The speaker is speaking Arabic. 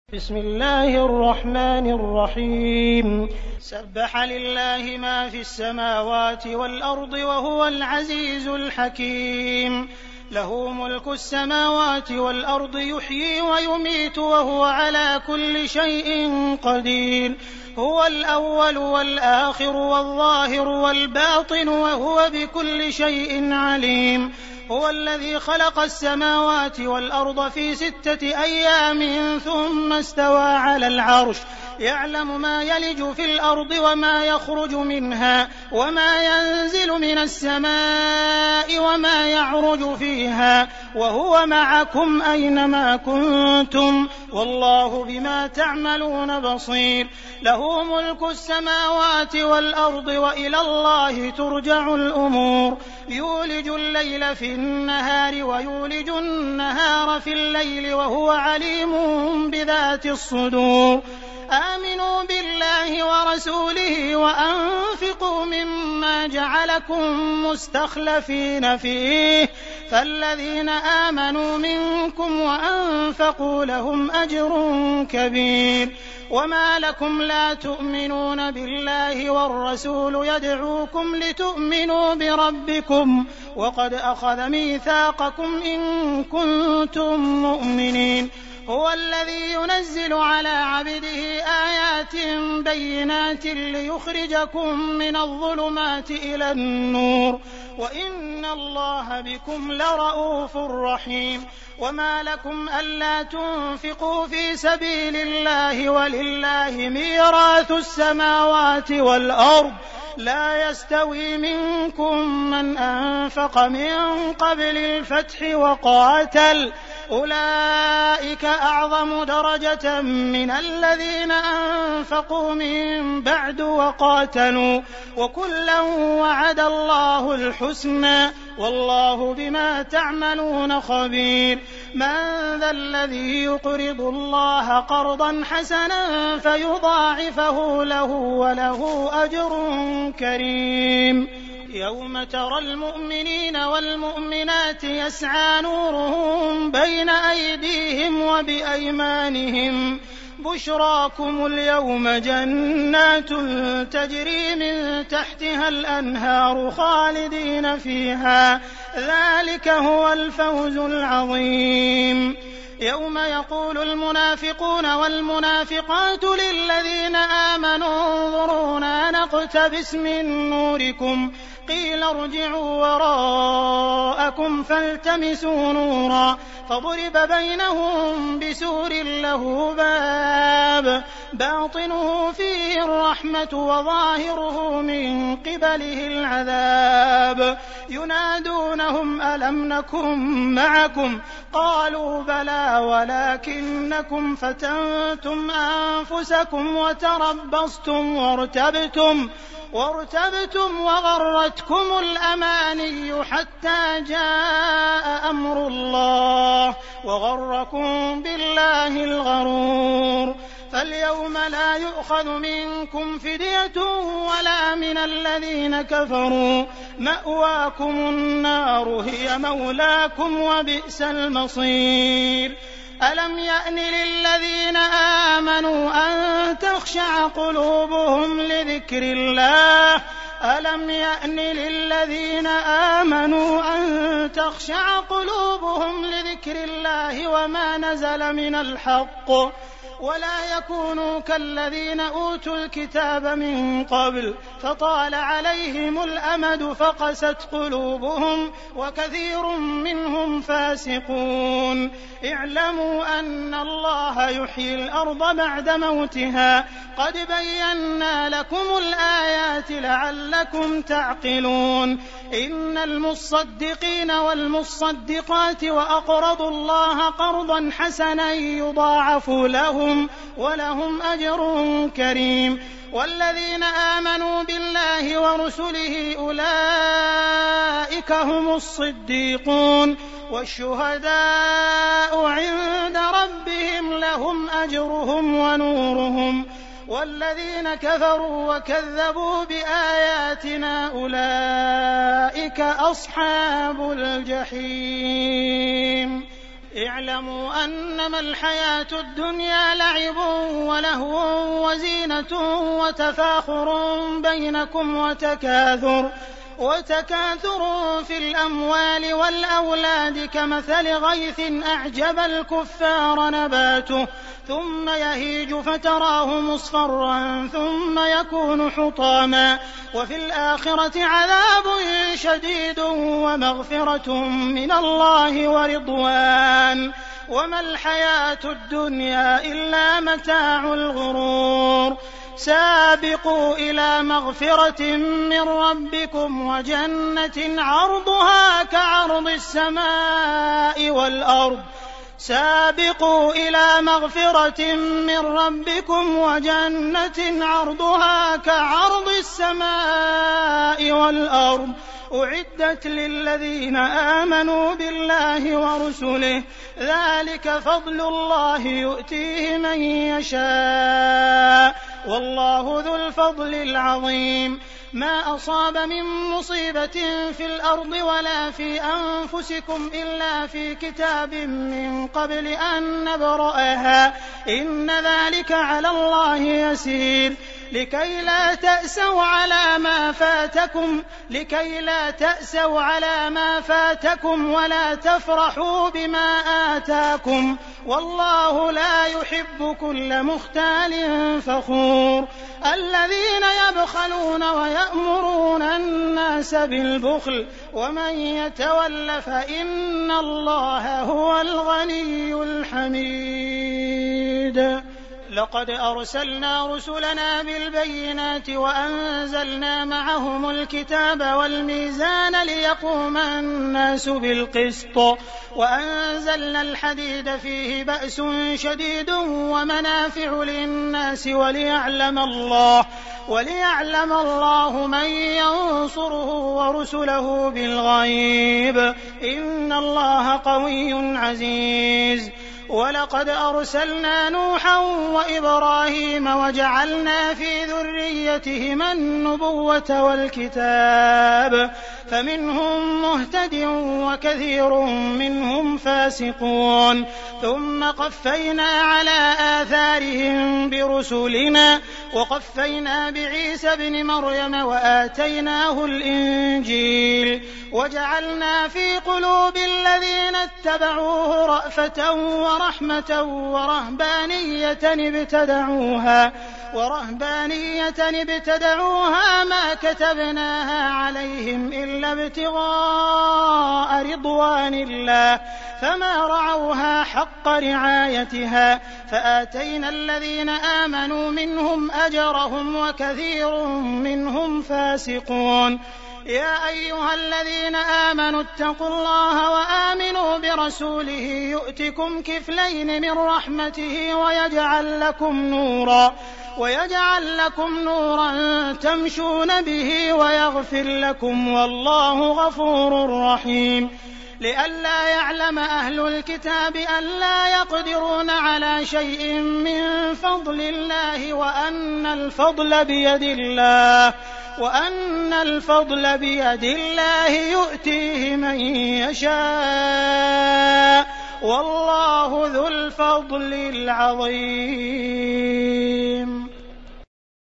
بسم الله الرحمن الرحيم. سبح لله ما في السماوات والأرض وهو العزيز الحكيم. له ملك السماوات والأرض يحيي ويميت وهو على كل شيء قدير. هو الأول والآخر والظاهر والباطن وهو بكل شيء عليم. هو الذي خلق السماوات والأرض في 6 أيام ثم استوى على العرش يعلم ما يلج في الأرض وما يخرج منها وما ينزل من السماء وما يعرج فيها وهو معكم أينما كنتم والله بما تعملون بصير. له ملك السماوات والأرض وإلى الله ترجع الأمور. يولج الليل في النهار ويولج النهار في الليل وهو عليم بذات الصدور. آمنوا بالله ورسوله وأنفقوا مما جعلكم مستخلفين فيه فالذين آمنوا منكم وأنفقوا لهم أجر كبير. وما لكم لا تؤمنون بالله والرسول يدعوكم لتؤمنوا بربكم وقد أخذ ميثاقكم إن كنتم مؤمنين. هو الذي ينزل على عبده آيات بينات ليخرجكم من الظلمات إلى النور وإن الله بكم لرءوف رحيم. وما لكم ألا تنفقوا في سبيل الله ولله ميراث السماوات والأرض لا يستوي منكم من أنفق من قبل الفتح وقاتل أولئك أعظم درجة من الذين أنفقوا من بعد وقاتلوا وكلا وعد الله الحسنى والله بما تعملون خبير. من ذا الذي يقرض الله قرضا حسنا فيضاعفه له وله أجر كريم. يوم ترى المؤمنين والمؤمنات يسعى نورهم بين أيديهم وبأيمانهم بشراكم اليوم جنات تجري من تحتها الأنهار خالدين فيها ذلك هو الفوز العظيم. يوم يقول المنافقون والمنافقات للذين آمنوا انظرونا نقتبس من نوركم قيل ارجعوا وراءكم فالتمسوا نورا فضرب بينهم بسور له باب باطنه فيه الرحمة وظاهره من قبله العذاب ينادونهم ألم نكن معكم قالوا بلى ولكنكم فتنتم أنفسكم وتربصتم وارتبتم وغرتكم الأماني حتى جاء أمر الله وغركم بالله الغرور. فاليوم لا يؤخذ منكم فدية ولا من الذين كفروا مأواكم النار هي مولاكم وبئس المصير. ألم يأن للذين آمنوا أن تخشع قلوبهم لذكر الله ألم يأن للذين آمنوا أن تخشع قلوبهم لذكر الله وما نزل من الحق ولا يكونوا كالذين أوتوا الكتاب من قبل فطال عليهم الأمد فقست قلوبهم وكثير منهم فاسقون. اعلموا أن الله يحيي الأرض بعد موتها قد بينا لكم الآيات لعلكم تعقلون. إن المصدقين والمصدقات وأقرضوا الله قرضا حسنا يضاعف لهم ولهم أجر كريم. والذين آمنوا بالله ورسله أولئك هم الصديقون والشهداء عند ربهم لهم أجرهم ونورهم. والذين كفروا وكذبوا بآياتنا أولئك أصحاب الجحيم. اعلموا أنما الحياة الدنيا لعب ولهو وزينة وتفاخر بينكم وتكاثر في الأموال والأولاد كمثل غيث أعجب الكفار نباته ثم يهيج فتراه مصفرا ثم يكون حطاما وفي الآخرة عذاب شديد ومغفرة من الله ورضوان وما الحياة الدنيا إلا متاع الغرور سابقوا إلى مغفرة من ربكم وجنة عرضها كعرض السماء والأرض سابقوا إلى مغفرة من ربكم وجنة عرضها كعرض السماء والأرض أعدت للذين آمنوا بالله ورسله ذلك فضل الله يؤتيه من يشاء والله ذو الفضل العظيم ما أصاب من مصيبة في الأرض ولا في أنفسكم إلا في كتاب من قبل أن نبرأها إن ذلك على الله يسير لكي لا تأسوا على ما فاتكم ولا تفرحوا بما آتاكم والله لا يحب كل مختال فخور الذين يبخلون ويأمرون الناس بالبخل ومن يتول فإن الله هو الغني الحميد لقد أرسلنا رسلنا بالبينات وأنزلنا معهم الكتاب والميزان ليقوم الناس بالقسط وأنزلنا الحديد فيه بأس شديد ومنافع للناس وليعلم الله من ينصره ورسله بالغيب إن الله قوي عزيز ولقد أرسلنا نوحا وإبراهيم وجعلنا في ذريتهما النبوة والكتاب فمنهم مهتد وكثير منهم فاسقون ثم قفينا على آثارهم برسلنا وقفينا بعيسى ابن مريم وآتيناه الإنجيل وجعلنا في قلوب الذين اتبعوه رأفة ورحمة ورهبانية ابتدعوها ما كتبناها عليهم إلا ابتغاء رضوان الله فما رعوها حق رعايتها فآتينا الذين آمنوا منهم أجرهم وكثير منهم فاسقون يا أيها الذين آمنوا اتقوا الله وآمنوا برسوله يؤتكم كفلين من رحمته ويجعل لكم نورا تمشون به ويغفر لكم والله غفور رحيم لئلا يعلم أهل الكتاب ألا يقدرون على شيء من فضل الله وأن الفضل بيد الله يؤتيه من يشاء والله ذو الفضل العظيم